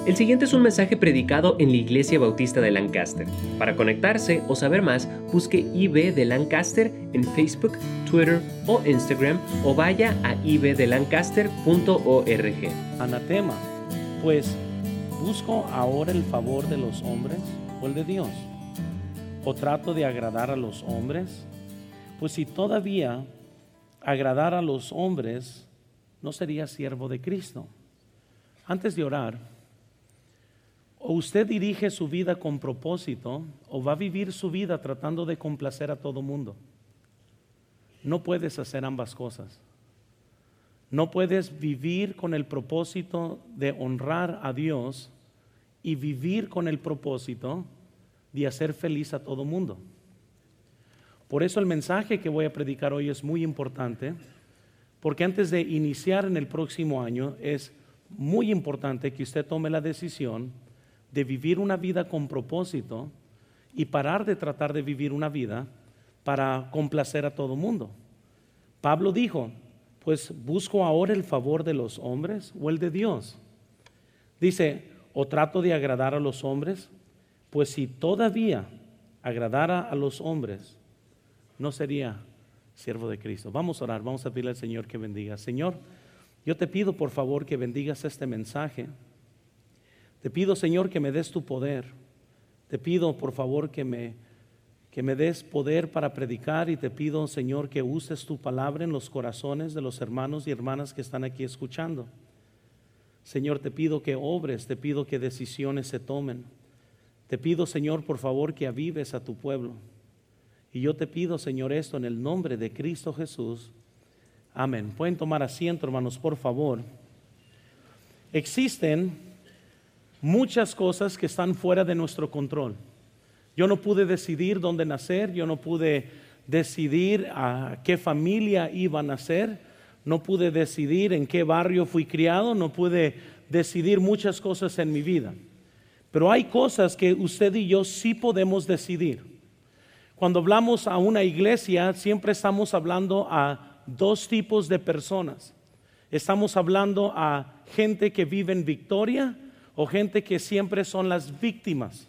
El siguiente es un mensaje predicado en la Iglesia Bautista de Lancaster. Para conectarse o saber más, busque IB de Lancaster en Facebook, Twitter o Instagram o vaya a ibdelancaster.org. Anatema, pues, ¿busco ahora el favor de los hombres o el de Dios? ¿O trato de agradar a los hombres? Pues si todavía agradara a los hombres, no sería siervo de Cristo. Antes de orar, o usted dirige su vida con propósito, o va a vivir su vida tratando de complacer a todo mundo. No puedes hacer ambas cosas. No puedes vivir con el propósito de honrar a Dios y vivir con el propósito de hacer feliz a todo mundo. Por eso el mensaje que voy a predicar hoy es muy importante, porque antes de iniciar en el próximo año es muy importante que usted tome la decisión de vivir una vida con propósito y parar de tratar de vivir una vida para complacer a todo mundo. Pablo dijo, pues busco ahora el favor de los hombres o el de Dios. Dice, o trato de agradar a los hombres, pues si todavía agradara a los hombres, no sería siervo de Cristo. Vamos a orar, vamos a pedirle al Señor que bendiga. Señor, yo te pido por favor que bendigas este mensaje. Te pido, Señor, que me des tu poder. Te pido, por favor, que me des poder para predicar y te pido, Señor, que uses tu palabra en los corazones de los hermanos y hermanas que están aquí escuchando. Señor, te pido que obres, te pido que decisiones se tomen. Te pido, Señor, por favor, que avives a tu pueblo. Y yo te pido, Señor, esto en el nombre de Cristo Jesús. Amén. Pueden tomar asiento, hermanos, por favor. Existen muchas cosas que están fuera de nuestro control. Yo no pude decidir dónde nacer, yo no pude decidir a qué familia iba a nacer, no pude decidir en qué barrio fui criado, no pude decidir muchas cosas en mi vida. Pero hay cosas que usted y yo sí podemos decidir. Cuando hablamos a una iglesia, siempre estamos hablando a dos tipos de personas. Estamos hablando a gente que vive en victoria o gente que siempre son las víctimas.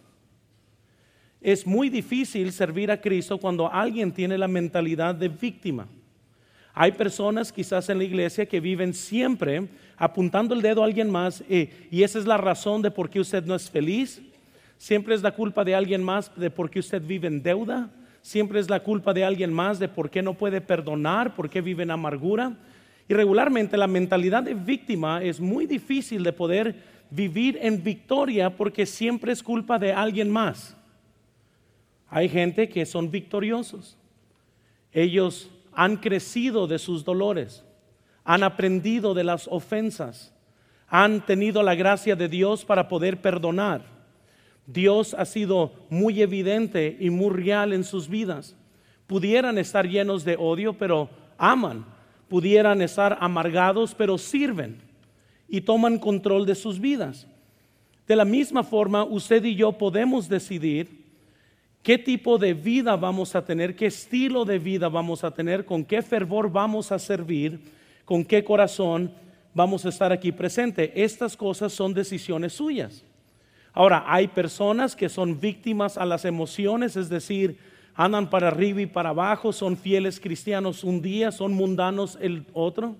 Es muy difícil servir a Cristo cuando alguien tiene la mentalidad de víctima. Hay personas quizás en la iglesia que viven siempre apuntando el dedo a alguien más y esa es la razón de por qué usted no es feliz. Siempre es la culpa de alguien más de por qué usted vive en deuda. Siempre es la culpa de alguien más de por qué no puede perdonar, por qué vive en amargura. Y regularmente la mentalidad de víctima es muy difícil de poder vivir en victoria porque siempre es culpa de alguien más. Hay gente que son victoriosos. Ellos han crecido de sus dolores, han aprendido de las ofensas, han tenido la gracia de Dios para poder perdonar. Dios ha sido muy evidente y muy real en sus vidas. Pudieran estar llenos de odio, pero aman. Pudieran estar amargados, pero sirven y toman control de sus vidas. De la misma forma, usted y yo podemos decidir qué tipo de vida vamos a tener, qué estilo de vida vamos a tener, con qué fervor vamos a servir, con qué corazón vamos a estar aquí presente. Estas cosas son decisiones suyas. Ahora, hay personas que son víctimas a las emociones, es decir, andan para arriba y para abajo, son fieles cristianos un día, son mundanos el otro.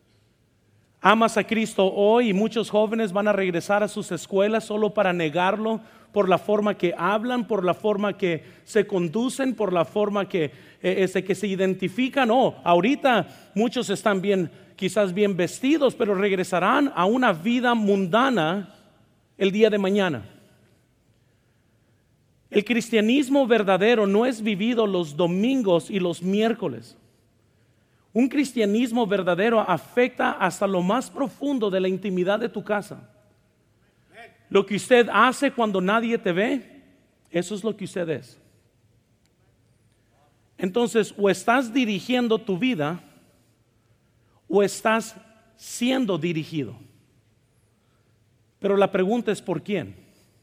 Amas a Cristo hoy y muchos jóvenes van a regresar a sus escuelas solo para negarlo por la forma que hablan, por la forma que se conducen, por la forma que se identifican. Ahorita muchos están bien, quizás bien vestidos, pero regresarán a una vida mundana el día de mañana. El cristianismo verdadero no es vivido los domingos y los miércoles. Un cristianismo verdadero afecta hasta lo más profundo de la intimidad de tu casa. Lo que usted hace cuando nadie te ve, eso es lo que usted es. Entonces, o estás dirigiendo tu vida o estás siendo dirigido. Pero la pregunta es ¿por quién?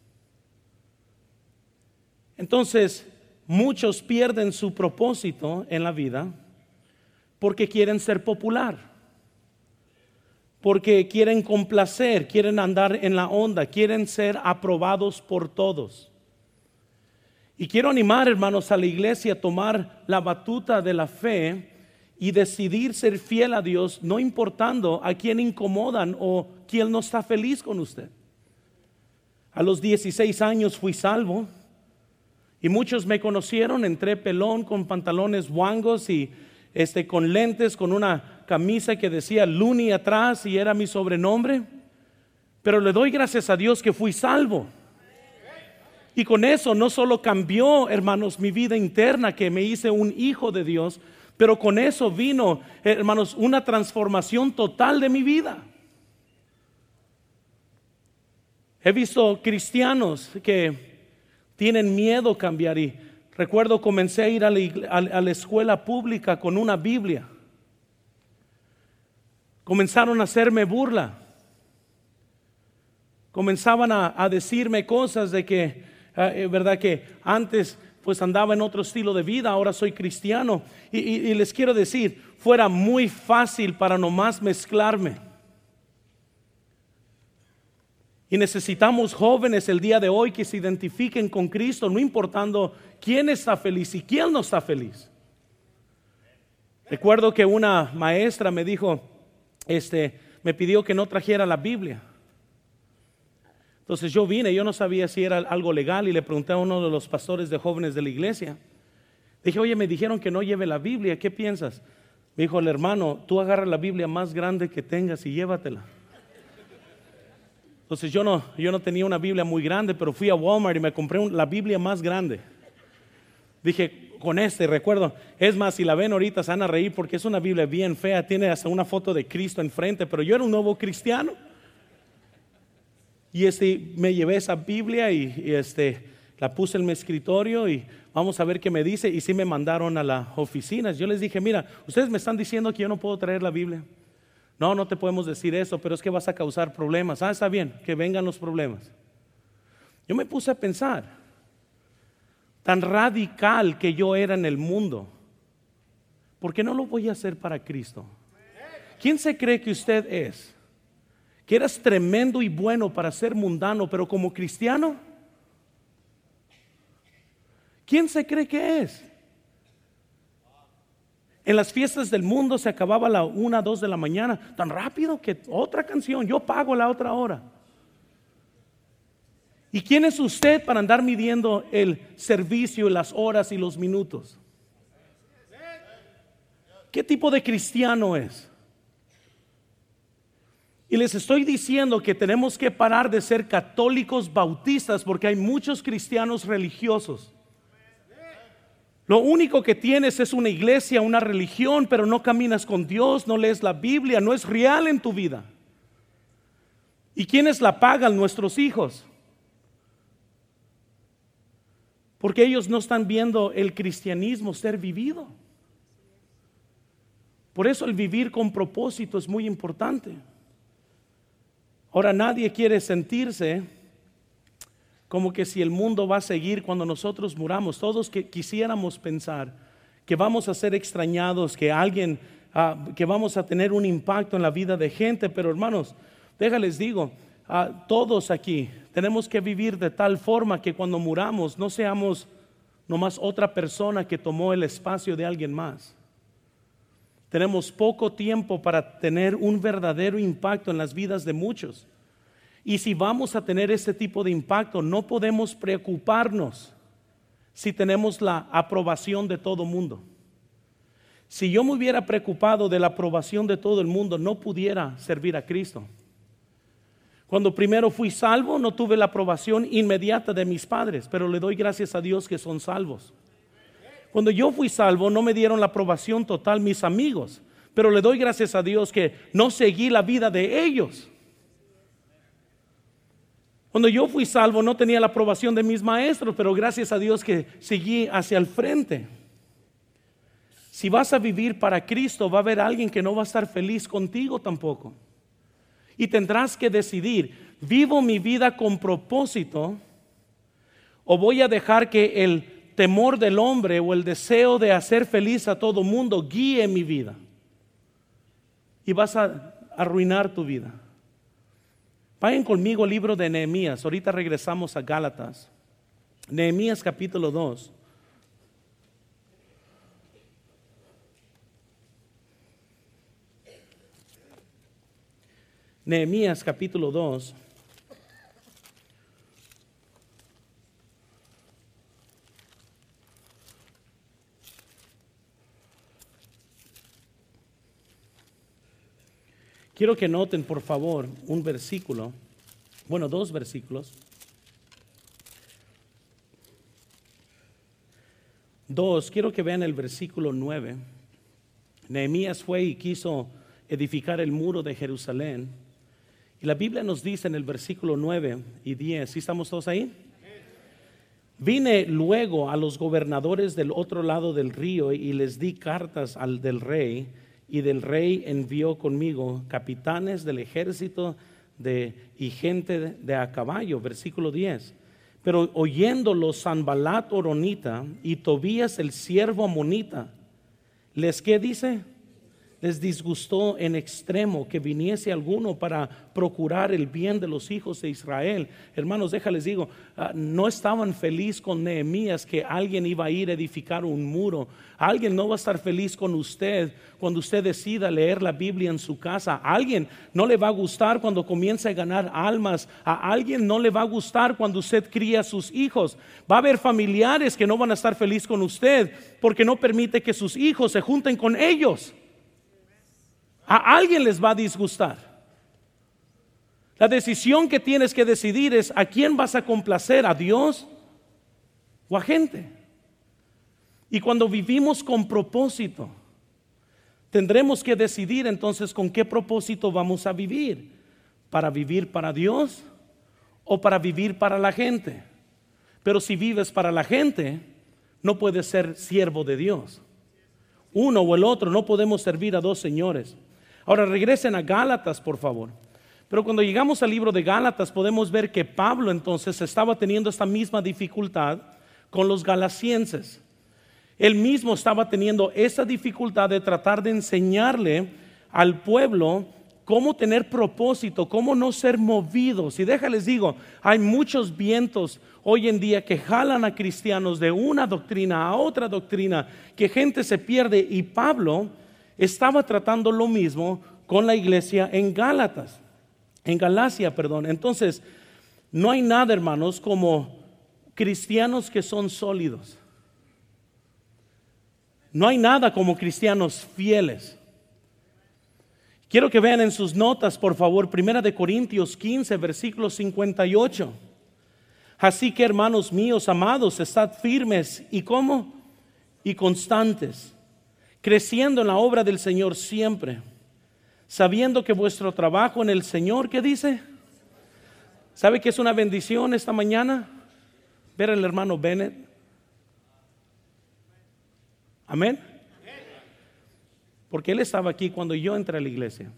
Entonces, muchos pierden su propósito en la vida porque quieren ser popular, porque quieren complacer, quieren andar en la onda, quieren ser aprobados por todos. Y quiero animar, hermanos, a la iglesia a tomar la batuta de la fe y decidir ser fiel a Dios, no importando a quién incomodan o quién no está feliz con usted. A los 16 años fui salvo y muchos me conocieron. Entré pelón con pantalones guangos y con lentes, con una camisa que decía Looney atrás y era mi sobrenombre. Pero le doy gracias a Dios que fui salvo. Y con eso no solo cambió, hermanos, mi vida interna, que me hice un hijo de Dios, pero con eso vino, hermanos, una transformación total de mi vida. He visto cristianos que tienen miedo a cambiar y recuerdo comencé a ir a la escuela pública con una Biblia. Comenzaron a hacerme burla. Comenzaban a decirme cosas de que, verdad que antes pues andaba en otro estilo de vida, ahora soy cristiano. Y les quiero decir, fuera muy fácil para nomás mezclarme. Y necesitamos jóvenes el día de hoy que se identifiquen con Cristo, no importando quién está feliz y quién no está feliz. Recuerdo que una maestra me dijo, me pidió que no trajera la Biblia. Entonces yo vine, yo no sabía si era algo legal y le pregunté a uno de los pastores de jóvenes de la iglesia. Dije, oye, me dijeron que no lleve la Biblia, ¿qué piensas? Me dijo el hermano, tú agarra la Biblia más grande que tengas y llévatela. Entonces yo no tenía una Biblia muy grande, pero fui a Walmart y me compré la Biblia más grande. Dije, con recuerdo, es más, si la ven ahorita se van a reír porque es una Biblia bien fea, tiene hasta una foto de Cristo enfrente, pero yo era un nuevo cristiano. Y me llevé esa Biblia y la puse en mi escritorio y vamos a ver qué me dice. Y sí me mandaron a las oficinas. Yo les dije, mira, ustedes me están diciendo que yo no puedo traer la Biblia. No te podemos decir eso, pero es que vas a causar problemas. Está bien, que vengan los problemas. Yo me puse a pensar, tan radical que yo era en el mundo, ¿por qué no lo voy a hacer para Cristo? ¿Quién se cree que usted es? Que eras tremendo y bueno para ser mundano, pero como cristiano, ¿quién se cree que es? En las fiestas del mundo se acababa a la 1, 2 de la mañana, tan rápido que otra canción, yo pago la otra hora. ¿Y quién es usted para andar midiendo el servicio, las horas y los minutos? ¿Qué tipo de cristiano es? Y les estoy diciendo que tenemos que parar de ser católicos bautistas porque hay muchos cristianos religiosos. Lo único que tienes es una iglesia, una religión, pero no caminas con Dios, no lees la Biblia, no es real en tu vida. ¿Y quiénes la pagan? Nuestros hijos. Porque ellos no están viendo el cristianismo ser vivido. Por eso el vivir con propósito es muy importante. Ahora nadie quiere sentirse como que si el mundo va a seguir cuando nosotros muramos. Todos que quisiéramos pensar que vamos a ser extrañados, que que vamos a tener un impacto en la vida de gente. Pero hermanos, déjales digo, todos aquí tenemos que vivir de tal forma que cuando muramos no seamos nomás otra persona que tomó el espacio de alguien más. Tenemos poco tiempo para tener un verdadero impacto en las vidas de muchos. Y si vamos a tener ese tipo de impacto, no podemos preocuparnos si tenemos la aprobación de todo el mundo. Si yo me hubiera preocupado de la aprobación de todo el mundo, no pudiera servir a Cristo. Cuando primero fui salvo, no tuve la aprobación inmediata de mis padres, pero le doy gracias a Dios que son salvos. Cuando yo fui salvo, no me dieron la aprobación total mis amigos, pero le doy gracias a Dios que no seguí la vida de ellos. Cuando yo fui salvo, no tenía la aprobación de mis maestros, pero gracias a Dios que seguí hacia el frente. Si vas a vivir para Cristo, va a haber alguien que no va a estar feliz contigo tampoco. Y tendrás que decidir, ¿vivo mi vida con propósito o voy a dejar que el temor del hombre o el deseo de hacer feliz a todo mundo guíe mi vida? Y vas a arruinar tu vida. Vayan conmigo al libro de Nehemías. Ahorita regresamos a Gálatas. Nehemías capítulo 2. Nehemías capítulo 2. Quiero que noten, por favor, un versículo, bueno, dos versículos. Quiero que vean el versículo 9. Nehemías fue y quiso edificar el muro de Jerusalén. Y la Biblia nos dice en el versículo 9 y 10, ¿sí estamos todos ahí? Vine luego a los gobernadores del otro lado del río y les di cartas del rey, y del rey envió conmigo capitanes del ejército y gente de a caballo, versículo 10. Pero oyéndolo Sanballat horonita y Tobías el siervo amonita, ¿qué dice? Les disgustó en extremo que viniese alguno para procurar el bien de los hijos de Israel. Hermanos, déjales digo, no estaban felices con Nehemías que alguien iba a ir a edificar un muro. Alguien no va a estar feliz con usted cuando usted decida leer la Biblia en su casa. A alguien no le va a gustar cuando comience a ganar almas. A alguien no le va a gustar cuando usted cría a sus hijos. Va a haber familiares que no van a estar felices con usted porque no permite que sus hijos se junten con ellos. A alguien les va a disgustar. La decisión que tienes que decidir es a quién vas a complacer, a Dios o a gente. Y cuando vivimos con propósito, tendremos que decidir entonces con qué propósito vamos a vivir. ¿Para vivir para Dios o para vivir para la gente? Pero si vives para la gente, no puedes ser siervo de Dios. Uno o el otro, no podemos servir a dos señores. Ahora regresen a Gálatas, por favor. Pero cuando llegamos al libro de Gálatas podemos ver que Pablo entonces estaba teniendo esta misma dificultad con los galasienses. Él mismo estaba teniendo esa dificultad de tratar de enseñarle al pueblo cómo tener propósito, cómo no ser movidos. Y déjales digo, hay muchos vientos hoy en día que jalan a cristianos de una doctrina a otra doctrina, que gente se pierde. Y Pablo estaba tratando lo mismo con la iglesia en Galacia. Entonces, no hay nada, hermanos, como cristianos que son sólidos. No hay nada como cristianos fieles. Quiero que vean en sus notas, por favor, 1 Corintios 15, versículo 58. Así que, hermanos míos amados, estad firmes y ¿cómo? Y constantes, creciendo en la obra del Señor siempre, sabiendo que vuestro trabajo en el Señor, ¿qué dice? ¿Sabe que es una bendición esta mañana ver al hermano Bennett? Amén. Porque él estaba aquí cuando yo entré a la iglesia.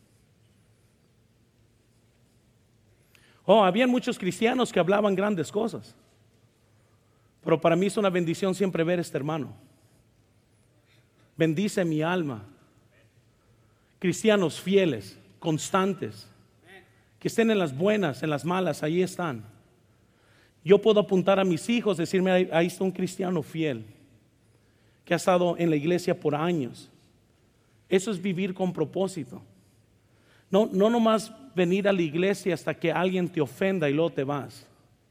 Habían muchos cristianos que hablaban grandes cosas, pero para mí es una bendición siempre ver a este hermano. Bendice mi alma. Cristianos fieles, constantes, que estén en las buenas, en las malas, ahí están. Yo puedo apuntar a mis hijos, decirme, ahí está un cristiano fiel, que ha estado en la iglesia por años. Eso es vivir con propósito. No nomás venir a la iglesia hasta que alguien te ofenda y luego te vas.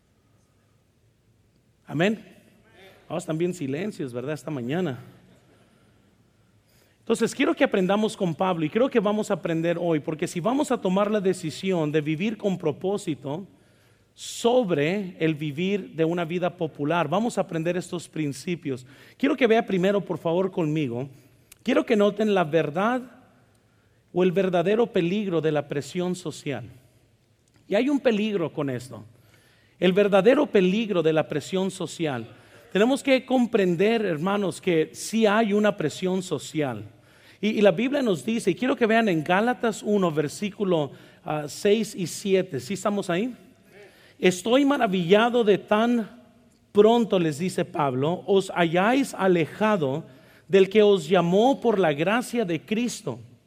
Amén. Vamos también silencios, ¿verdad? Esta mañana. Entonces quiero que aprendamos con Pablo, y creo que vamos a aprender hoy, porque si vamos a tomar la decisión de vivir con propósito sobre el vivir de una vida popular, vamos a aprender estos principios. Quiero que vea primero, por favor, conmigo. Quiero que noten la verdad o el verdadero peligro de la presión social. Y hay un peligro con esto. El verdadero peligro de la presión social. Tenemos que comprender, hermanos, que sí hay una presión social. Y la Biblia nos dice, y quiero que vean en Gálatas 1, versículo 6 y 7. ¿Sí estamos ahí? Estoy maravillado de tan pronto, les dice Pablo, os hayáis alejado del que os llamó por la gracia de Cristo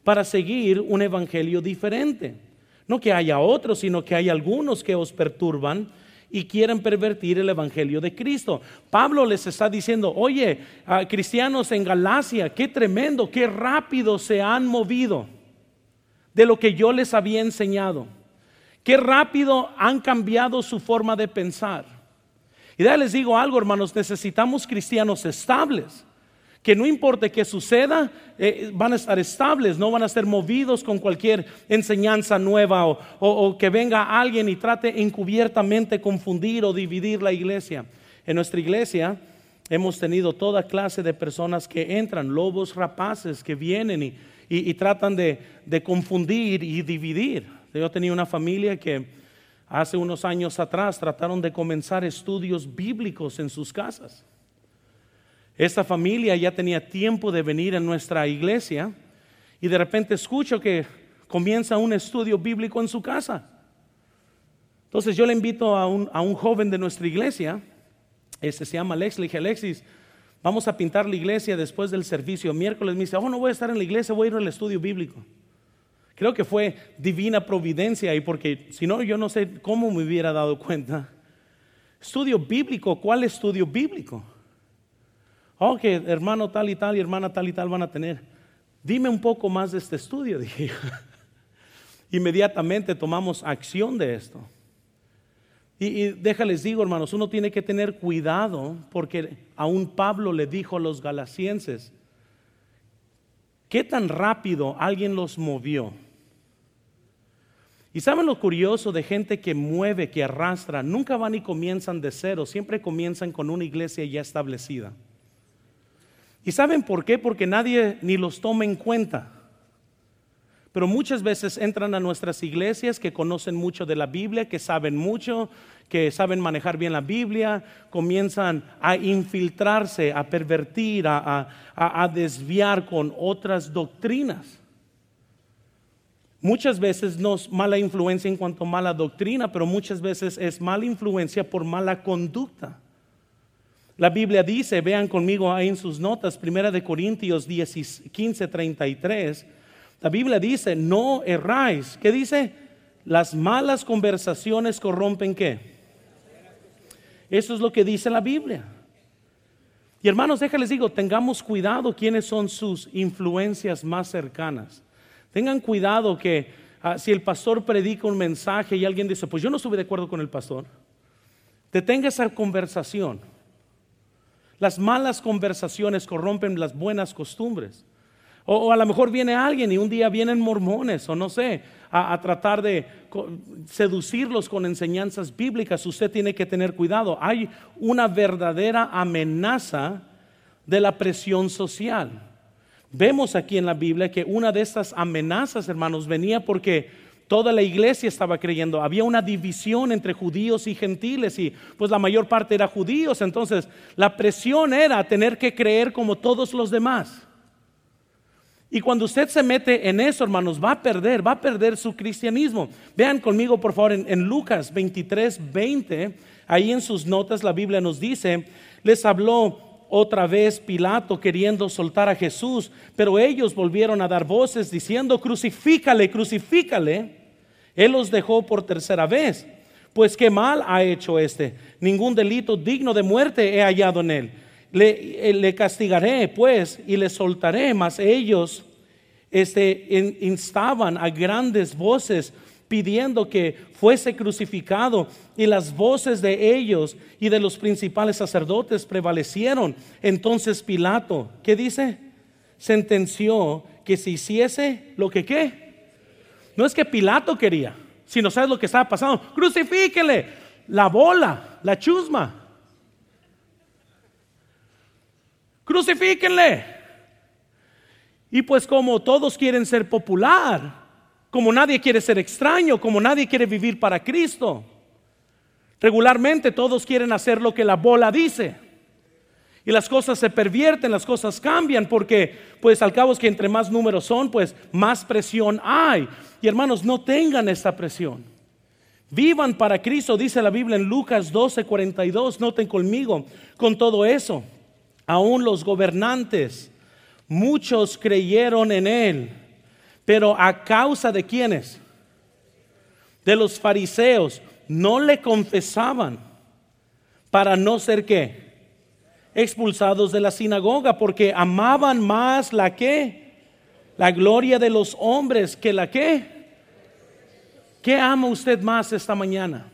para seguir un evangelio diferente. No que haya otros, sino que hay algunos que os perturban y quieren pervertir el evangelio de Cristo. Pablo les está diciendo, oye, cristianos en Galacia, qué tremendo, qué rápido se han movido de lo que yo les había enseñado. Qué rápido han cambiado su forma de pensar. Y ya les digo algo, hermanos, necesitamos cristianos estables, que no importa qué suceda, van a estar estables, no van a ser movidos con cualquier enseñanza nueva o que venga alguien y trate encubiertamente confundir o dividir la iglesia. En nuestra iglesia hemos tenido toda clase de personas que entran, lobos rapaces que vienen y tratan de confundir y dividir. Yo tenía una familia que hace unos años atrás trataron de comenzar estudios bíblicos en sus casas. Esta familia ya tenía tiempo de venir a nuestra iglesia y de repente escucho que comienza un estudio bíblico en su casa. Entonces yo le invito a un joven de nuestra iglesia, se llama Alex, le dije, Alexis, vamos a pintar la iglesia después del servicio miércoles. Me dice, no voy a estar en la iglesia, voy a ir al estudio bíblico. Creo que fue divina providencia ahí, porque si no, yo no sé cómo me hubiera dado cuenta. Estudio bíblico, ¿cuál estudio bíblico? Que hermano tal y tal y hermana tal y tal van a tener. Dime un poco más de este estudio, dije. Inmediatamente tomamos acción de esto. Y déjales digo, hermanos, uno tiene que tener cuidado, porque aún Pablo le dijo a los galasienses, ¿qué tan rápido alguien los movió? Y saben lo curioso de gente que mueve, que arrastra, nunca van y comienzan de cero, siempre comienzan con una iglesia ya establecida. ¿Y saben por qué? Porque nadie ni los toma en cuenta. Pero muchas veces entran a nuestras iglesias que conocen mucho de la Biblia, que saben mucho, que saben manejar bien la Biblia, comienzan a infiltrarse, a pervertir, a desviar con otras doctrinas. Muchas veces no es mala influencia en cuanto a mala doctrina, pero muchas veces es mala influencia por mala conducta. La Biblia dice, vean conmigo ahí en sus notas, 1 Corintios 15:33, la Biblia dice, no erráis. ¿Qué dice? Las malas conversaciones corrompen ¿qué? Eso es lo que dice la Biblia. Y hermanos, déjales digo, tengamos cuidado quiénes son sus influencias más cercanas. Tengan cuidado que si el pastor predica un mensaje y alguien dice, pues yo no estuve de acuerdo con el pastor, detenga esa conversación. Las malas conversaciones corrompen las buenas costumbres. O a lo mejor viene alguien y un día vienen mormones o no sé, a tratar de seducirlos con enseñanzas bíblicas. Usted tiene que tener cuidado. Hay una verdadera amenaza de la presión social. Vemos aquí en la Biblia que una de estas amenazas, hermanos, venía porque toda la iglesia estaba creyendo. Había una división entre judíos y gentiles y pues la mayor parte era judíos. Entonces la presión era tener que creer como todos los demás. Y cuando usted se mete en eso, hermanos, va a perder su cristianismo. Vean conmigo por favor en Lucas 23:20, ahí en sus notas la Biblia nos dice, les habló otra vez Pilato queriendo soltar a Jesús, pero ellos volvieron a dar voces diciendo, crucifícale, crucifícale. Él los dejó por tercera vez. Pues qué mal ha hecho este, ningún delito digno de muerte he hallado en él. Le castigaré pues y le soltaré. Mas ellos instaban a grandes voces pidiendo que fuese crucificado, y las voces de ellos y de los principales sacerdotes prevalecieron. Entonces Pilato, ¿qué dice? Sentenció que se hiciese lo que ¿qué? No es que Pilato quería, sino ¿sabes lo que estaba pasando? Crucifíquele, la bola, la chusma. Crucifíquenle. Y pues como todos quieren ser popular, como nadie quiere ser extraño, como nadie quiere vivir para Cristo, regularmente todos quieren hacer lo que la bola dice. Y las cosas se pervierten, las cosas cambian, porque pues al cabo es que entre más números son, pues más presión hay. Y hermanos, no tengan esta presión. Vivan para Cristo, dice la Biblia en Lucas 12:42. Noten conmigo, con todo eso, aún los gobernantes, muchos creyeron en él, Pero a causa de ¿quiénes? De los fariseos. No le confesaban para no ser ¿qué? Expulsados de la sinagoga, porque amaban más la ¿qué? La gloria de los hombres que la ¿qué? ¿Qué ama usted más esta mañana?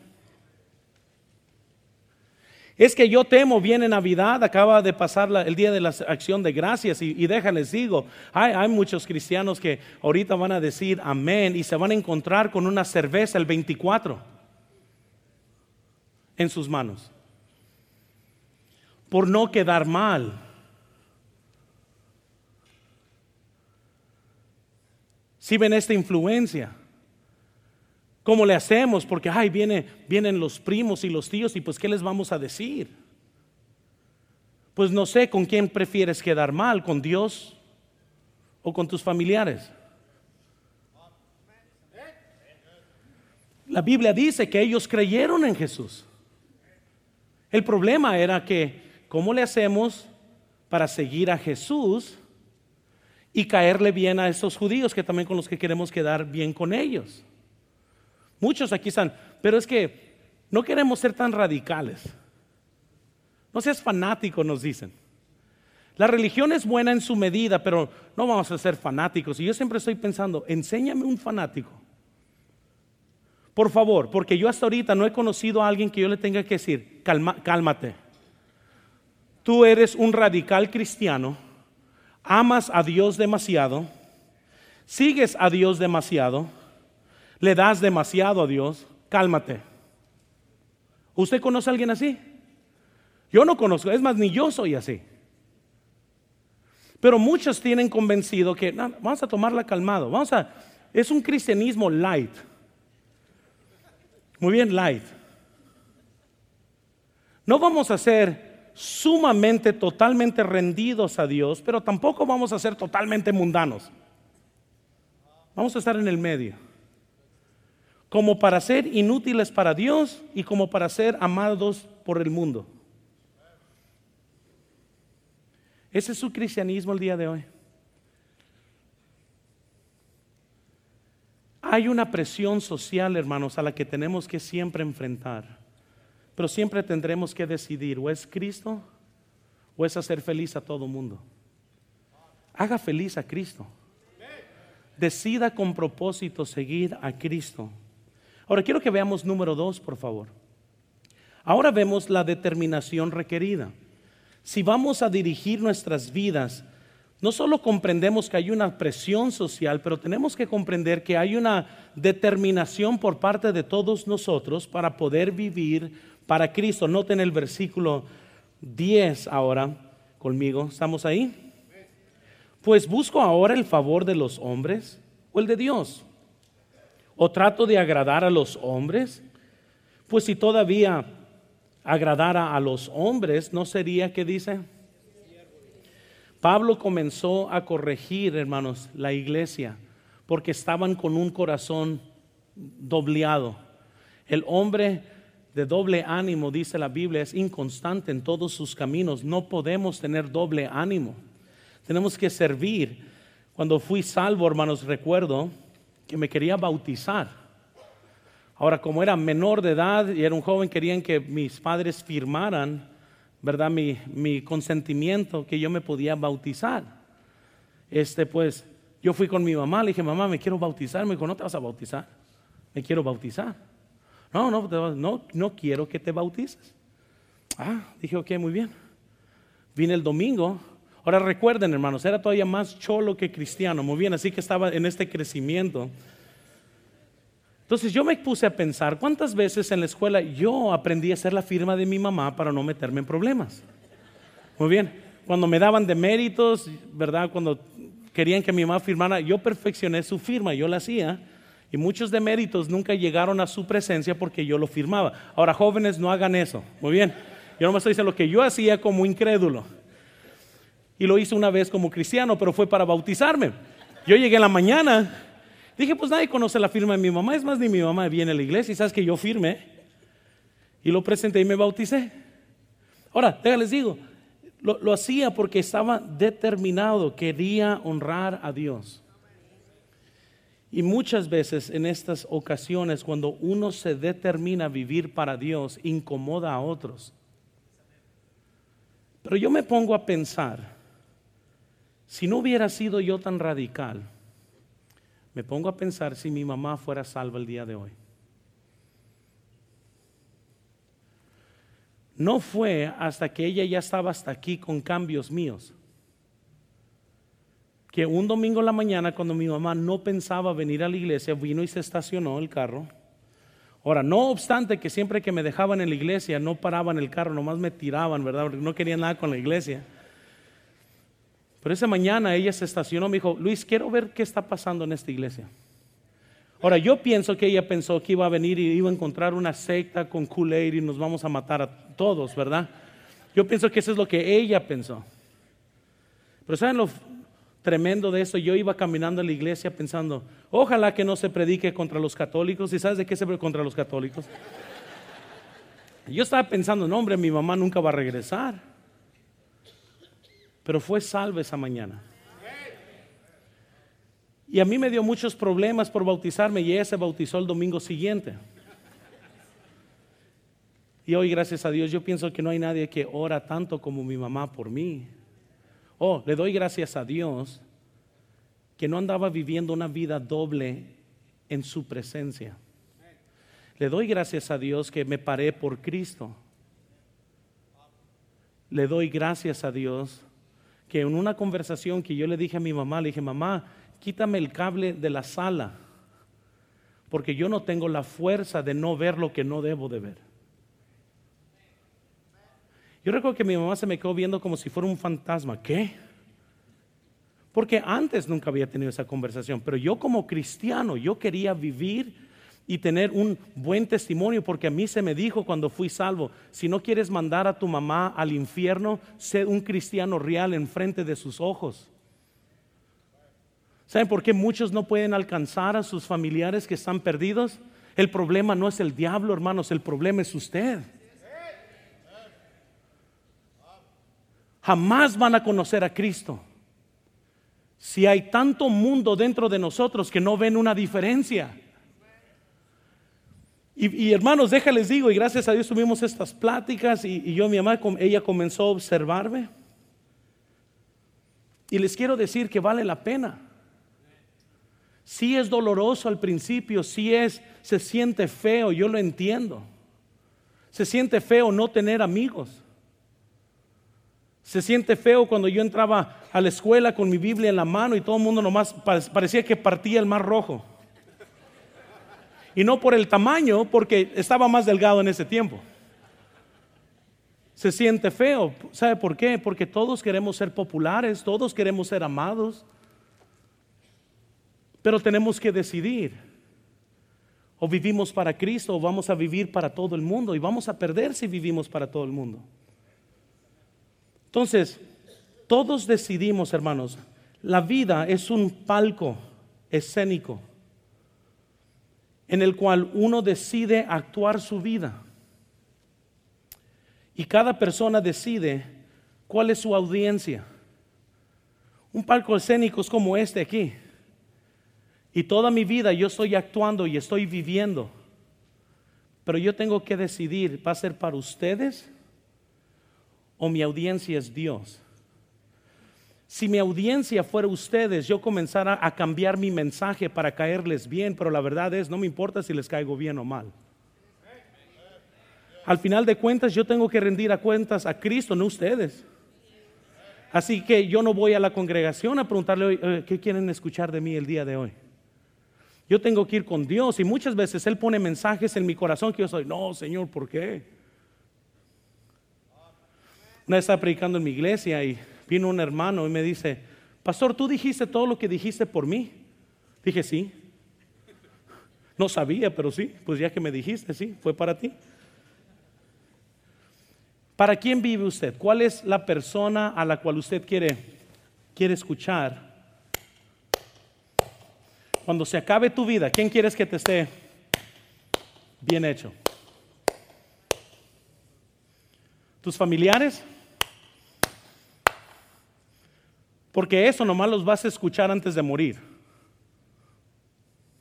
Es que yo temo, viene Navidad, acaba de pasar el día de la acción de gracias y déjales digo, hay muchos cristianos que ahorita van a decir amén y se van a encontrar con una cerveza el 24 en sus manos. Por no quedar mal. Si ven esta influencia, ¿cómo le hacemos? Porque vienen los primos y los tíos y pues ¿qué les vamos a decir? Pues no sé, ¿con quién prefieres quedar mal? ¿Con Dios o con tus familiares? La Biblia dice que ellos creyeron en Jesús. El problema era que ¿cómo le hacemos para seguir a Jesús y caerle bien a estos judíos que también con los que queremos quedar bien con ellos? Muchos aquí están, pero es que no queremos ser tan radicales. No seas fanático, nos dicen. La religión es buena en su medida, pero no vamos a ser fanáticos. Y yo siempre estoy pensando, enséñame un fanático. Por favor, porque yo hasta ahorita no he conocido a alguien que yo le tenga que decir, cálmate. Tú eres un radical cristiano, amas a Dios demasiado, sigues a Dios demasiado, le das demasiado a Dios, cálmate. ¿Usted conoce a alguien así? Yo no conozco, es más, ni yo soy así. Pero muchos tienen convencido que no, vamos a tomarla calmado, es un cristianismo light. Muy bien, light. No vamos a ser sumamente, totalmente rendidos a Dios, pero tampoco vamos a ser totalmente mundanos. Vamos a estar en el medio. Como para ser inútiles para Dios y como para ser amados por el mundo. Ese es su cristianismo el día de hoy. Hay una presión social, hermanos, a la que tenemos que siempre enfrentar. Pero siempre tendremos que decidir, o es Cristo o es hacer feliz a todo mundo. Haga feliz a Cristo. Decida con propósito seguir a Cristo. Ahora quiero que veamos número 2, por favor. Ahora vemos la determinación requerida. Si vamos a dirigir nuestras vidas, no solo comprendemos que hay una presión social, pero tenemos que comprender que hay una determinación por parte de todos nosotros para poder vivir para Cristo. Noten el versículo 10 ahora conmigo. ¿Estamos ahí? Pues busco ahora el favor de los hombres o el de Dios. ¿O trato de agradar a los hombres? Pues si todavía agradara a los hombres, ¿no sería que dice? Pablo comenzó a corregir, hermanos, la iglesia, porque estaban con un corazón dobleado. El hombre de doble ánimo, dice la Biblia, es inconstante en todos sus caminos. No podemos tener doble ánimo. Tenemos que servir. Cuando fui salvo, hermanos, recuerdo que me quería bautizar. Ahora, como era menor de edad y era un joven, querían que mis padres firmaran, ¿verdad? Mi consentimiento que yo me podía bautizar. Pues yo fui con mi mamá, le dije, mamá, me quiero bautizar. Me dijo, no te vas a bautizar, me quiero bautizar. No quiero que te bautices. Dije, ok, muy bien. Vine el domingo. Ahora recuerden, hermanos, era todavía más cholo que cristiano. Muy bien, así que estaba en este crecimiento. Entonces yo me puse a pensar, ¿cuántas veces en la escuela yo aprendí a hacer la firma de mi mamá para no meterme en problemas? Muy bien, cuando me daban deméritos, ¿verdad? Cuando querían que mi mamá firmara, yo perfeccioné su firma, yo la hacía. Y muchos deméritos nunca llegaron a su presencia porque yo lo firmaba. Ahora, jóvenes, no hagan eso. Muy bien, yo no me estoy diciendo lo que yo hacía como incrédulo. Y lo hice una vez como cristiano, pero fue para bautizarme. Yo llegué en la mañana. Dije, pues nadie conoce la firma de mi mamá. Es más, ni mi mamá viene a la iglesia. Y sabes que yo firmé y lo presenté y me bauticé. Ahora, déjales digo, lo hacía porque estaba determinado, quería honrar a Dios. Y muchas veces en estas ocasiones, cuando uno se determina a vivir para Dios, incomoda a otros. Pero yo me pongo a pensar, si no hubiera sido yo tan radical, me pongo a pensar si mi mamá fuera salva el día de hoy. No fue hasta que ella ya estaba hasta aquí con cambios míos, que un domingo en la mañana, cuando mi mamá no pensaba venir a la iglesia, vino y se estacionó el carro. Ahora, no obstante que siempre que me dejaban en la iglesia, no paraban el carro, nomás me tiraban, ¿verdad? Porque no querían nada con la iglesia. Pero esa mañana ella se estacionó, me dijo, Luis, quiero ver qué está pasando en esta iglesia. Ahora, yo pienso que ella pensó que iba a venir y iba a encontrar una secta con Kool-Aid y nos vamos a matar a todos, ¿verdad? Yo pienso que eso es lo que ella pensó. Pero ¿saben lo tremendo de esto? Yo iba caminando a la iglesia pensando, ojalá que no se predique contra los católicos. ¿Y sabes de qué se predica contra los católicos? Yo estaba pensando, no hombre, mi mamá nunca va a regresar. Pero fue salva esa mañana. Y a mí me dio muchos problemas por bautizarme y ella se bautizó el domingo siguiente. Y hoy, gracias a Dios, yo pienso que no hay nadie que ora tanto como mi mamá por mí. Le doy gracias a Dios que no andaba viviendo una vida doble en su presencia. Le doy gracias a Dios que me paré por Cristo. Le doy gracias a Dios que en una conversación que yo le dije a mi mamá, le dije, mamá, quítame el cable de la sala, porque yo no tengo la fuerza de no ver lo que no debo de ver. Yo recuerdo que mi mamá se me quedó viendo como si fuera un fantasma. ¿Qué? Porque antes nunca había tenido esa conversación, pero yo como cristiano, yo quería vivir y tener un buen testimonio, porque a mí se me dijo cuando fui salvo, si no quieres mandar a tu mamá al infierno, sé un cristiano real enfrente de sus ojos. ¿Saben por qué muchos no pueden alcanzar a sus familiares que están perdidos? El problema no es el diablo, hermanos, el problema es usted. Jamás van a conocer a Cristo si hay tanto mundo dentro de nosotros que no ven una diferencia. Y hermanos, déjales digo, y gracias a Dios tuvimos estas pláticas y yo, mi mamá, ella comenzó a observarme. Y les quiero decir que vale la pena. Sí es doloroso al principio, se siente feo, yo lo entiendo. Se siente feo no tener amigos. Se siente feo cuando yo entraba a la escuela con mi Biblia en la mano y todo el mundo nomás parecía que partía el mar Rojo. Y no por el tamaño, porque estaba más delgado en ese tiempo. Se siente feo. ¿Sabe por qué? Porque todos queremos ser populares, todos queremos ser amados. Pero tenemos que decidir. O vivimos para Cristo o vamos a vivir para todo el mundo. Y vamos a perder si vivimos para todo el mundo. Entonces, todos decidimos, hermanos, la vida es un palco escénico en el cual uno decide actuar su vida. Y cada persona decide cuál es su audiencia. Un palco escénico es como este aquí. Y toda mi vida yo estoy actuando y estoy viviendo. Pero yo tengo que decidir, ¿va a ser para ustedes o mi audiencia es Dios? Si mi audiencia fuera ustedes, yo comenzara a cambiar mi mensaje para caerles bien, pero la verdad es, no me importa si les caigo bien o mal. Al final de cuentas, yo tengo que rendir a cuentas a Cristo, no ustedes. Así que yo no voy a la congregación a preguntarle, ¿qué quieren escuchar de mí el día de hoy? Yo tengo que ir con Dios y muchas veces Él pone mensajes en mi corazón que yo soy, no, Señor, ¿por qué? Una vez estaba predicando en mi iglesia y vino un hermano y me dice, pastor, ¿tú dijiste todo lo que dijiste por mí? Dije, sí. No sabía, pero sí, pues ya que me dijiste, sí, fue para ti. ¿Para quién vive usted? ¿Cuál es la persona a la cual usted quiere escuchar? Cuando se acabe tu vida, ¿quién quieres que te esté bien hecho? ¿Tus familiares? Porque eso nomás los vas a escuchar antes de morir.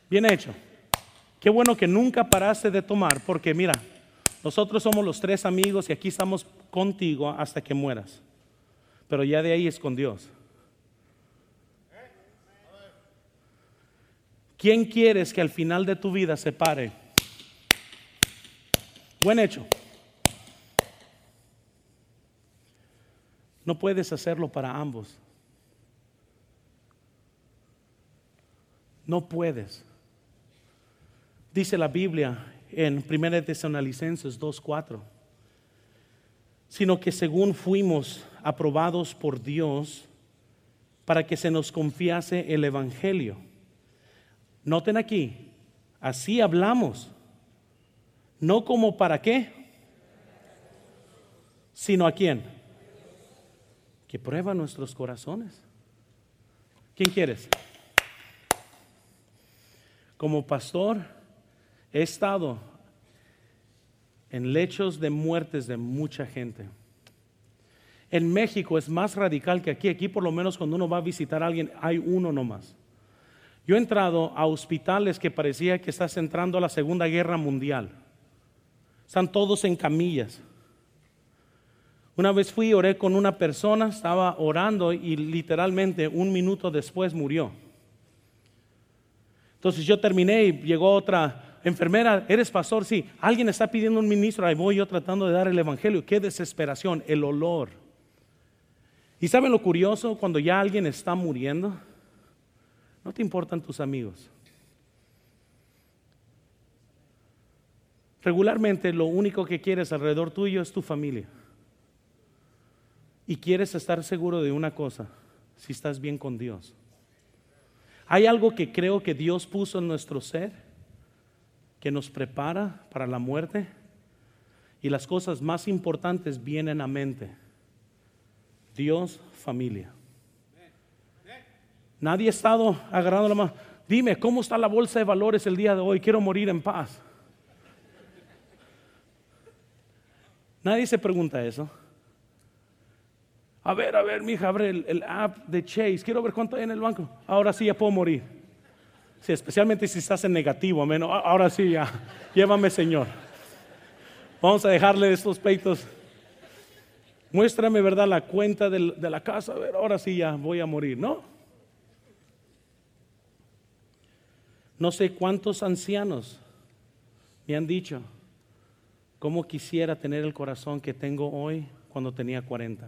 Bien hecho. Qué bueno que nunca paraste de tomar, porque mira, nosotros somos los 3 amigos y aquí estamos contigo hasta que mueras. Pero ya de ahí es con Dios. ¿Quién quieres que al final de tu vida se pare? Buen hecho. No puedes hacerlo para ambos. No puedes. Dice la Biblia en 1 Tesalonicenses 2:4, sino que según fuimos aprobados por Dios para que se nos confiase el Evangelio. Noten aquí, así hablamos, no como para qué, sino a quién, que prueba nuestros corazones. ¿Quién quieres? Como pastor he estado en lechos de muertes de mucha gente. En México es más radical que aquí. Aquí por lo menos cuando uno va a visitar a alguien hay uno nomás. Yo he entrado a hospitales que parecía que estás entrando a la Segunda Guerra Mundial. Están todos en camillas. Una vez fui y oré con una persona, estaba orando y literalmente 1 minuto después murió. Entonces yo terminé y llegó otra enfermera. ¿Eres pastor? Sí. Alguien está pidiendo un ministro, ahí voy yo tratando de dar el evangelio. Qué desesperación, el olor. ¿Y saben lo curioso? Cuando ya alguien está muriendo, no te importan tus amigos. Regularmente lo único que quieres alrededor tuyo es tu familia. Y quieres estar seguro de una cosa, si estás bien con Dios. Hay algo que creo que Dios puso en nuestro ser, que nos prepara para la muerte, y las cosas más importantes vienen a mente. Dios, familia. Nadie ha estado agarrando la mano. Dime, ¿cómo está la bolsa de valores el día de hoy? Quiero morir en paz. Nadie se pregunta eso. A ver, mija, abre el app de Chase. Quiero ver cuánto hay en el banco. Ahora sí ya puedo morir. Sí, especialmente si estás en negativo. Amén. Ahora sí ya. Llévame, Señor. Vamos a dejarle estos pleitos. Muéstrame, ¿verdad?, la cuenta de la casa. A ver, ahora sí ya voy a morir. No sé cuántos ancianos me han dicho cómo quisiera tener el corazón que tengo hoy cuando tenía 40.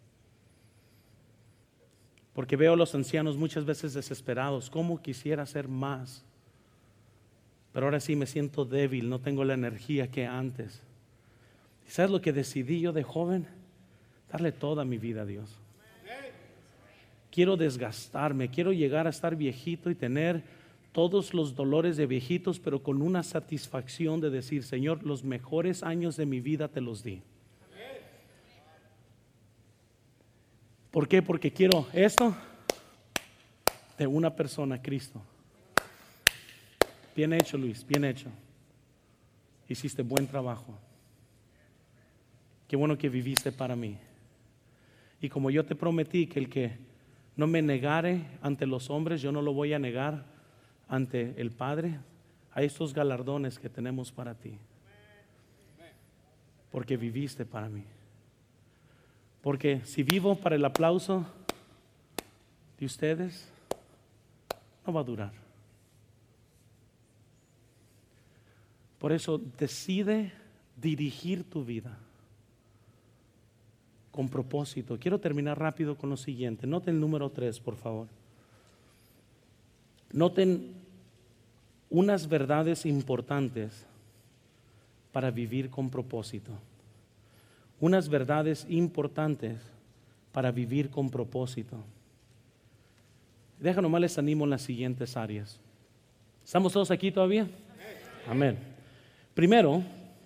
Porque veo a los ancianos muchas veces desesperados. ¿Cómo quisiera ser más? Pero ahora sí me siento débil, no tengo la energía que antes. ¿Y sabes lo que decidí yo de joven? Darle toda mi vida a Dios. Quiero desgastarme, quiero llegar a estar viejito y tener todos los dolores de viejitos, pero con una satisfacción de decir: Señor, los mejores años de mi vida te los di. ¿Por qué? Porque quiero esto de una persona, Cristo. Bien hecho, Luis, bien hecho. Hiciste buen trabajo. Qué bueno que viviste para mí. Y como yo te prometí que el que no me negare ante los hombres, yo no lo voy a negar ante el Padre, a estos galardones que tenemos para ti. Porque viviste para mí. Porque si vivo para el aplauso de ustedes, no va a durar. Por eso decide dirigir tu vida con propósito. Quiero terminar rápido con lo siguiente. Noten el número 3, por favor. Noten unas verdades importantes para vivir con propósito. Unas verdades importantes para vivir con propósito. Déjame nomás les animo en las siguientes áreas. ¿Estamos todos aquí todavía? Amén. Primero,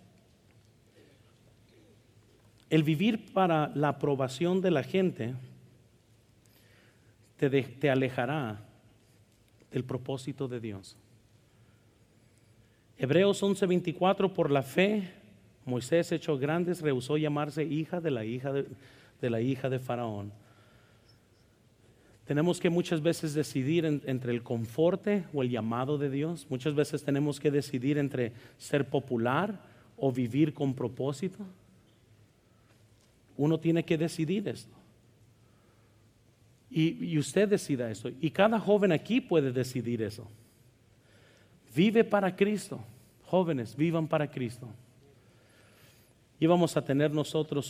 el vivir para la aprobación de la gente te alejará del propósito de Dios. Hebreos 11:24, por la fe Moisés, hecho grandes, rehusó llamarse hija de la hija de Faraón. Tenemos que muchas veces decidir entre el conforte o el llamado de Dios. Muchas veces tenemos que decidir entre ser popular o vivir con propósito. Uno tiene que decidir esto. Y usted decida eso. Y cada joven aquí puede decidir eso. Vive para Cristo. Jóvenes, vivan para Cristo. Íbamos a tener nosotros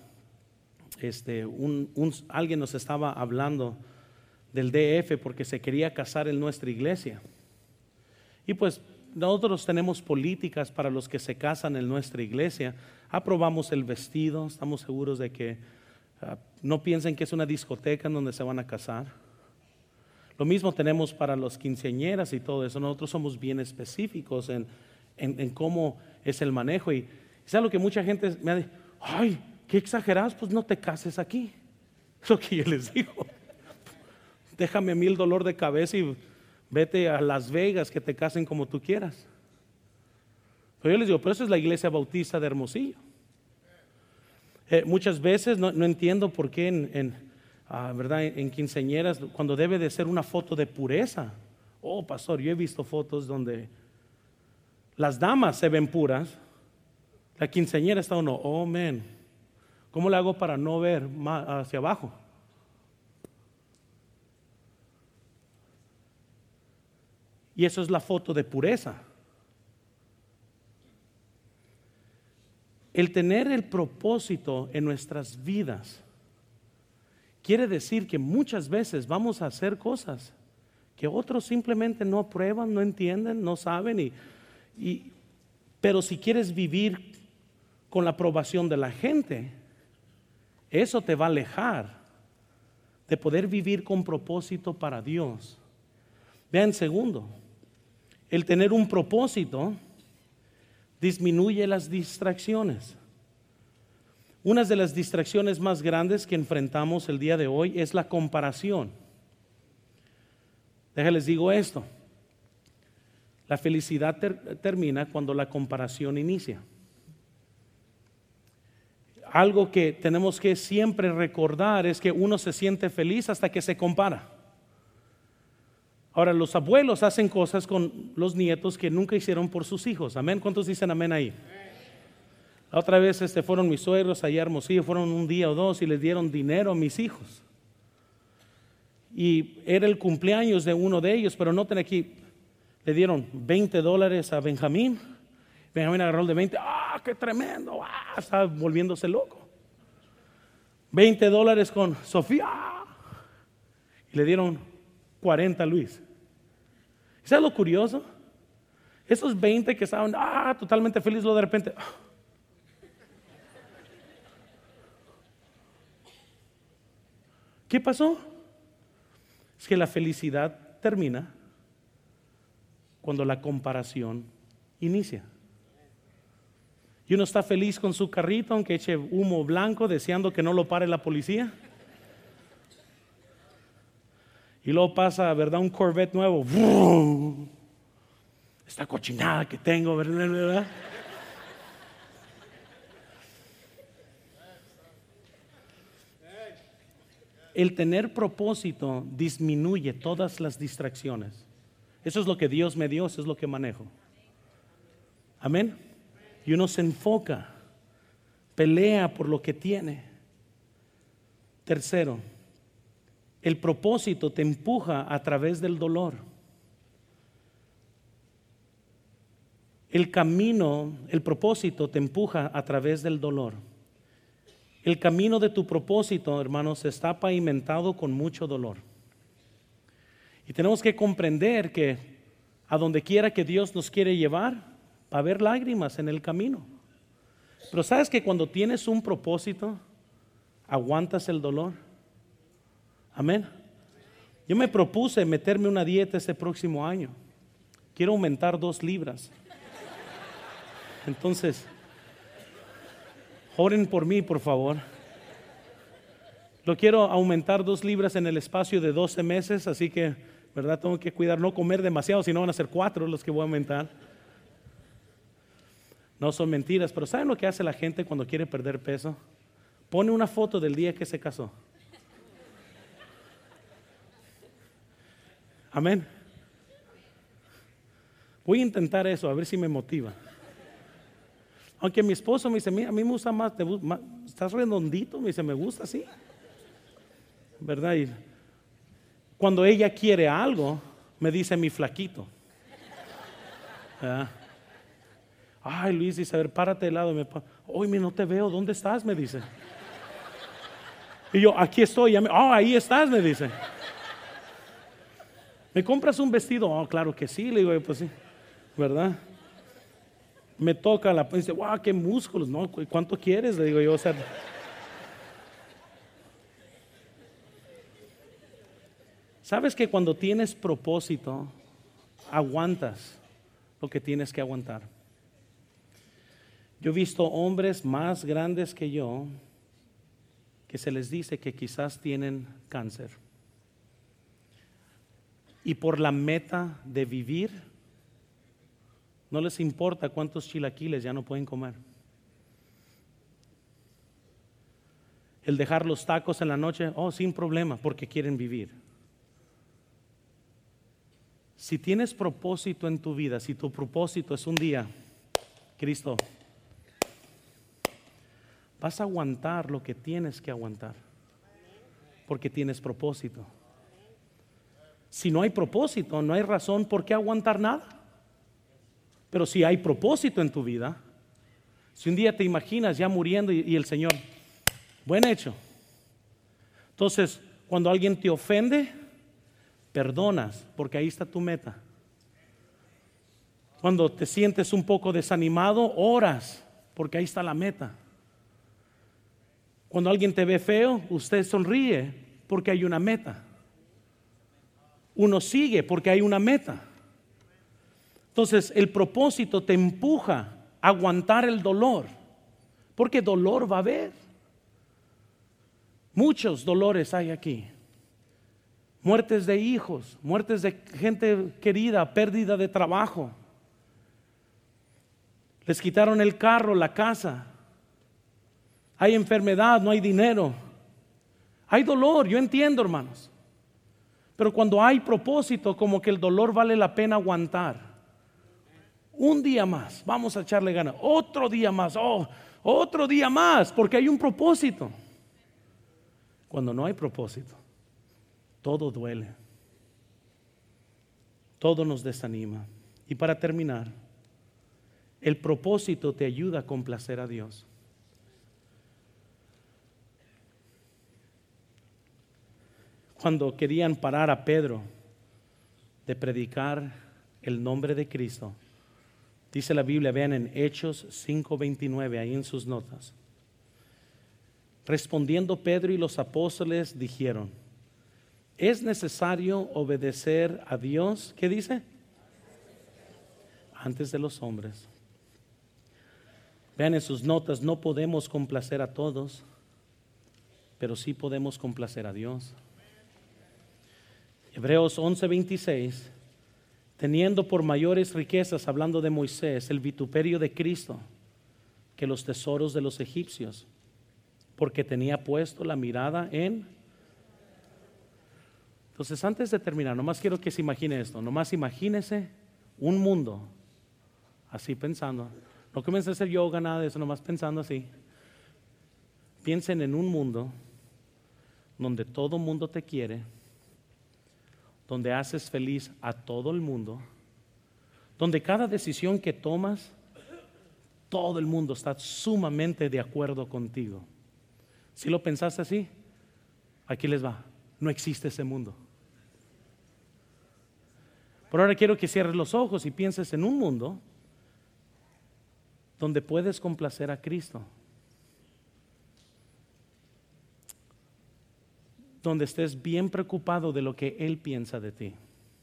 alguien nos estaba hablando del DF porque se quería casar en nuestra iglesia. Y pues nosotros tenemos políticas para los que se casan en nuestra iglesia. Aprobamos el vestido, estamos seguros de que no piensen que es una discoteca en donde se van a casar. Lo mismo tenemos para los quinceañeras y todo eso. Nosotros somos bien específicos en cómo es el manejo. Y es algo que mucha gente me ha dicho, ay, qué exagerados, pues no te cases aquí. Es lo que yo les digo. Déjame a mí el dolor de cabeza y vete a Las Vegas, que te casen como tú quieras. Pero yo les digo, pero eso es la iglesia bautista de Hermosillo. Muchas veces no entiendo por qué en quinceañeras, cuando debe de ser una foto de pureza. Oh, pastor, yo he visto fotos donde las damas se ven puras, la quinceañera está uno, oh, man, ¿cómo le hago para no ver más hacia abajo? Y eso es la foto de pureza. El tener el propósito en nuestras vidas quiere decir que muchas veces vamos a hacer cosas que otros simplemente no aprueban, no entienden, no saben. Pero si quieres vivir con la aprobación de la gente, eso te va a alejar de poder vivir con propósito para Dios. Vean, segundo, el tener un propósito disminuye las distracciones. Una de las distracciones más grandes que enfrentamos el día de hoy es la comparación. Déjenles digo esto: la felicidad termina cuando la comparación inicia. Algo que tenemos que siempre recordar es que uno se siente feliz hasta que se compara. Ahora, los abuelos hacen cosas con los nietos que nunca hicieron por sus hijos. Amén. ¿Cuántos dicen amén ahí? La otra vez fueron mis suegros allá a Hermosillo, fueron un día o dos y les dieron dinero a mis hijos. Y era el cumpleaños de uno de ellos, pero noten aquí, le dieron $20 a Benjamín. Benjamín agarró el de 20, ¡ah, qué tremendo! ¡Ah! Estaba volviéndose loco. $20 con Sofía. Y le dieron 40 a Luis. ¿Sabes lo curioso? Esos 20 que estaban totalmente felices, luego de repente ¿qué pasó? Es que la felicidad termina cuando la comparación inicia. Y uno está feliz con su carrito, aunque eche humo blanco, deseando que no lo pare la policía. Y luego pasa, ¿verdad? Un Corvette nuevo. Esta cochinada que tengo, ¿verdad? El tener propósito disminuye todas las distracciones. Eso es lo que Dios me dio, eso es lo que manejo. Amén. Y uno se enfoca, pelea por lo que tiene. Tercero, el propósito te empuja a través del dolor. El propósito te empuja a través del dolor. El camino de tu propósito, hermanos, está pavimentado con mucho dolor. Y tenemos que comprender que a donde quiera que Dios nos quiere llevar, va a haber lágrimas en el camino. Pero sabes que cuando tienes un propósito, aguantas el dolor. Amén. Yo me propuse meterme una dieta este próximo año. Quiero aumentar 2 libras. Entonces, oren por mí, por favor. Lo quiero aumentar 2 libras en el espacio de 12 meses, así que, ¿verdad? Tengo que cuidar, no comer demasiado, si no van a ser 4 los que voy a aumentar. No son mentiras, pero ¿saben lo que hace la gente cuando quiere perder peso? Pone una foto del día que se casó. Amén. Voy a intentar eso, a ver si me motiva. Aunque mi esposo me dice, a mí me gusta más, estás redondito, me dice, me gusta así. ¿Verdad? Y cuando ella quiere algo, me dice mi flaquito. ¿Verdad? Ay, Luis dice, a ver, párate de lado. Hoy no te veo, ¿dónde estás? Me dice. Y yo, aquí estoy. Ahí estás, me dice. ¿Me compras un vestido? Oh, claro que sí. Le digo, pues sí, ¿verdad? Me toca dice, wow, qué músculos, ¿no? ¿Cuánto quieres? Le digo yo, o sea. ¿Sabes que cuando tienes propósito, aguantas lo que tienes que aguantar? Yo he visto hombres más grandes que yo que se les dice que quizás tienen cáncer. Y por la meta de vivir, no les importa cuántos chilaquiles ya no pueden comer. El dejar los tacos en la noche, sin problema, porque quieren vivir. Si tienes propósito en tu vida, si tu propósito es un día, Cristo, vas a aguantar lo que tienes que aguantar, porque tienes propósito. Si no hay propósito, no hay razón por qué aguantar nada. Pero si hay propósito en tu vida, si un día te imaginas ya muriendo y el Señor, buen hecho. Entonces, cuando alguien te ofende, perdonas, porque ahí está tu meta. Cuando te sientes un poco desanimado, oras, porque ahí está la meta. Cuando alguien te ve feo, usted sonríe, porque hay una meta. Uno sigue, porque hay una meta. Entonces, el propósito te empuja a aguantar el dolor, porque dolor va a haber. Muchos dolores hay aquí. Muertes de hijos, muertes de gente querida, pérdida de trabajo. Les quitaron el carro, la casa. Hay enfermedad, no hay dinero. Hay dolor, yo entiendo, hermanos. Pero cuando hay propósito, como que el dolor vale la pena aguantar. Un día más, vamos a echarle ganas. Otro día más, otro día más, porque hay un propósito. Cuando no hay propósito, todo duele. Todo nos desanima. Y para terminar, el propósito te ayuda a complacer a Dios. Cuando querían parar a Pedro de predicar el nombre de Cristo, dice la Biblia, vean en Hechos 5:29, ahí en sus notas. Respondiendo Pedro y los apóstoles dijeron, es necesario obedecer a Dios, ¿qué dice? Antes de los hombres. Vean en sus notas, no podemos complacer a todos, pero sí podemos complacer a Dios. Hebreos 11:26, teniendo por mayores riquezas, hablando de Moisés, el vituperio de Cristo, que los tesoros de los egipcios, porque tenía puesto la mirada en. Entonces, antes de terminar, nomás quiero que se imagine esto, nomás imagínese un mundo, así pensando, no comience a hacer yoga, nada de eso, nomás pensando así. Piensen en un mundo donde todo mundo te quiere, donde haces feliz a todo el mundo, donde cada decisión que tomas, todo el mundo está sumamente de acuerdo contigo. Si lo pensaste así, aquí les va, no existe ese mundo. Pero ahora quiero que cierres los ojos y pienses en un mundo donde puedes complacer a Cristo, donde estés bien preocupado de lo que Él piensa de ti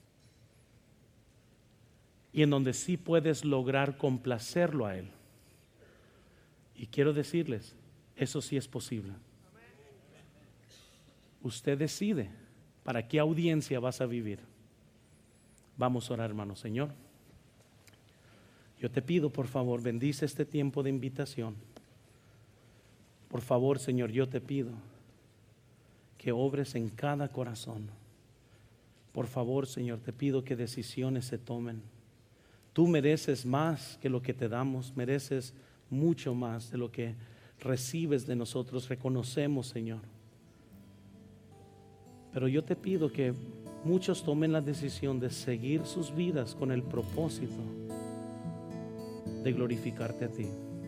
y en donde sí puedes lograr complacerlo a Él. Y quiero decirles, eso sí es posible. Usted decide para qué audiencia vas a vivir. Vamos a orar, hermano. Señor, yo te pido, por favor, bendice este tiempo de invitación. Por favor, Señor, yo te pido que obres en cada corazón. Por favor, Señor, te pido que decisiones se tomen. Tú mereces más que lo que te damos, mereces mucho más de lo que recibes de nosotros. Reconocemos, Señor. Pero yo te pido que muchos tomen la decisión de seguir sus vidas con el propósito de glorificarte a ti.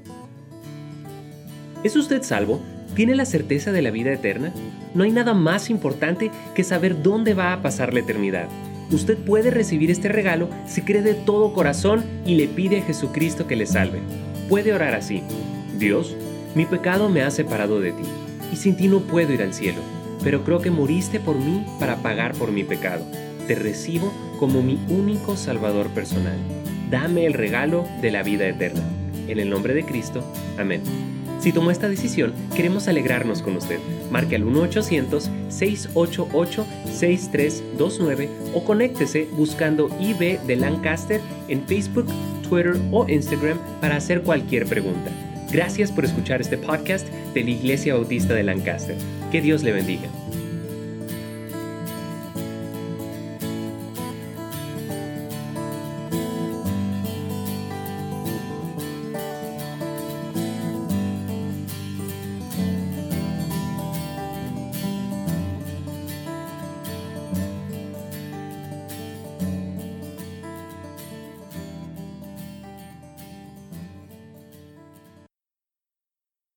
¿Es usted salvo? ¿Tiene la certeza de la vida eterna? No hay nada más importante que saber dónde va a pasar la eternidad. Usted puede recibir este regalo si cree de todo corazón y le pide a Jesucristo que le salve. Puede orar así: Dios, mi pecado me ha separado de ti, y sin ti no puedo ir al cielo, pero creo que moriste por mí para pagar por mi pecado. Te recibo como mi único Salvador personal. Dame el regalo de la vida eterna. En el nombre de Cristo, amén. Si tomó esta decisión, queremos alegrarnos con usted. Marque al 1-800-688-6329 o conéctese buscando IB de Lancaster en Facebook, Twitter o Instagram para hacer cualquier pregunta. Gracias por escuchar este podcast de la Iglesia Bautista de Lancaster. Que Dios le bendiga.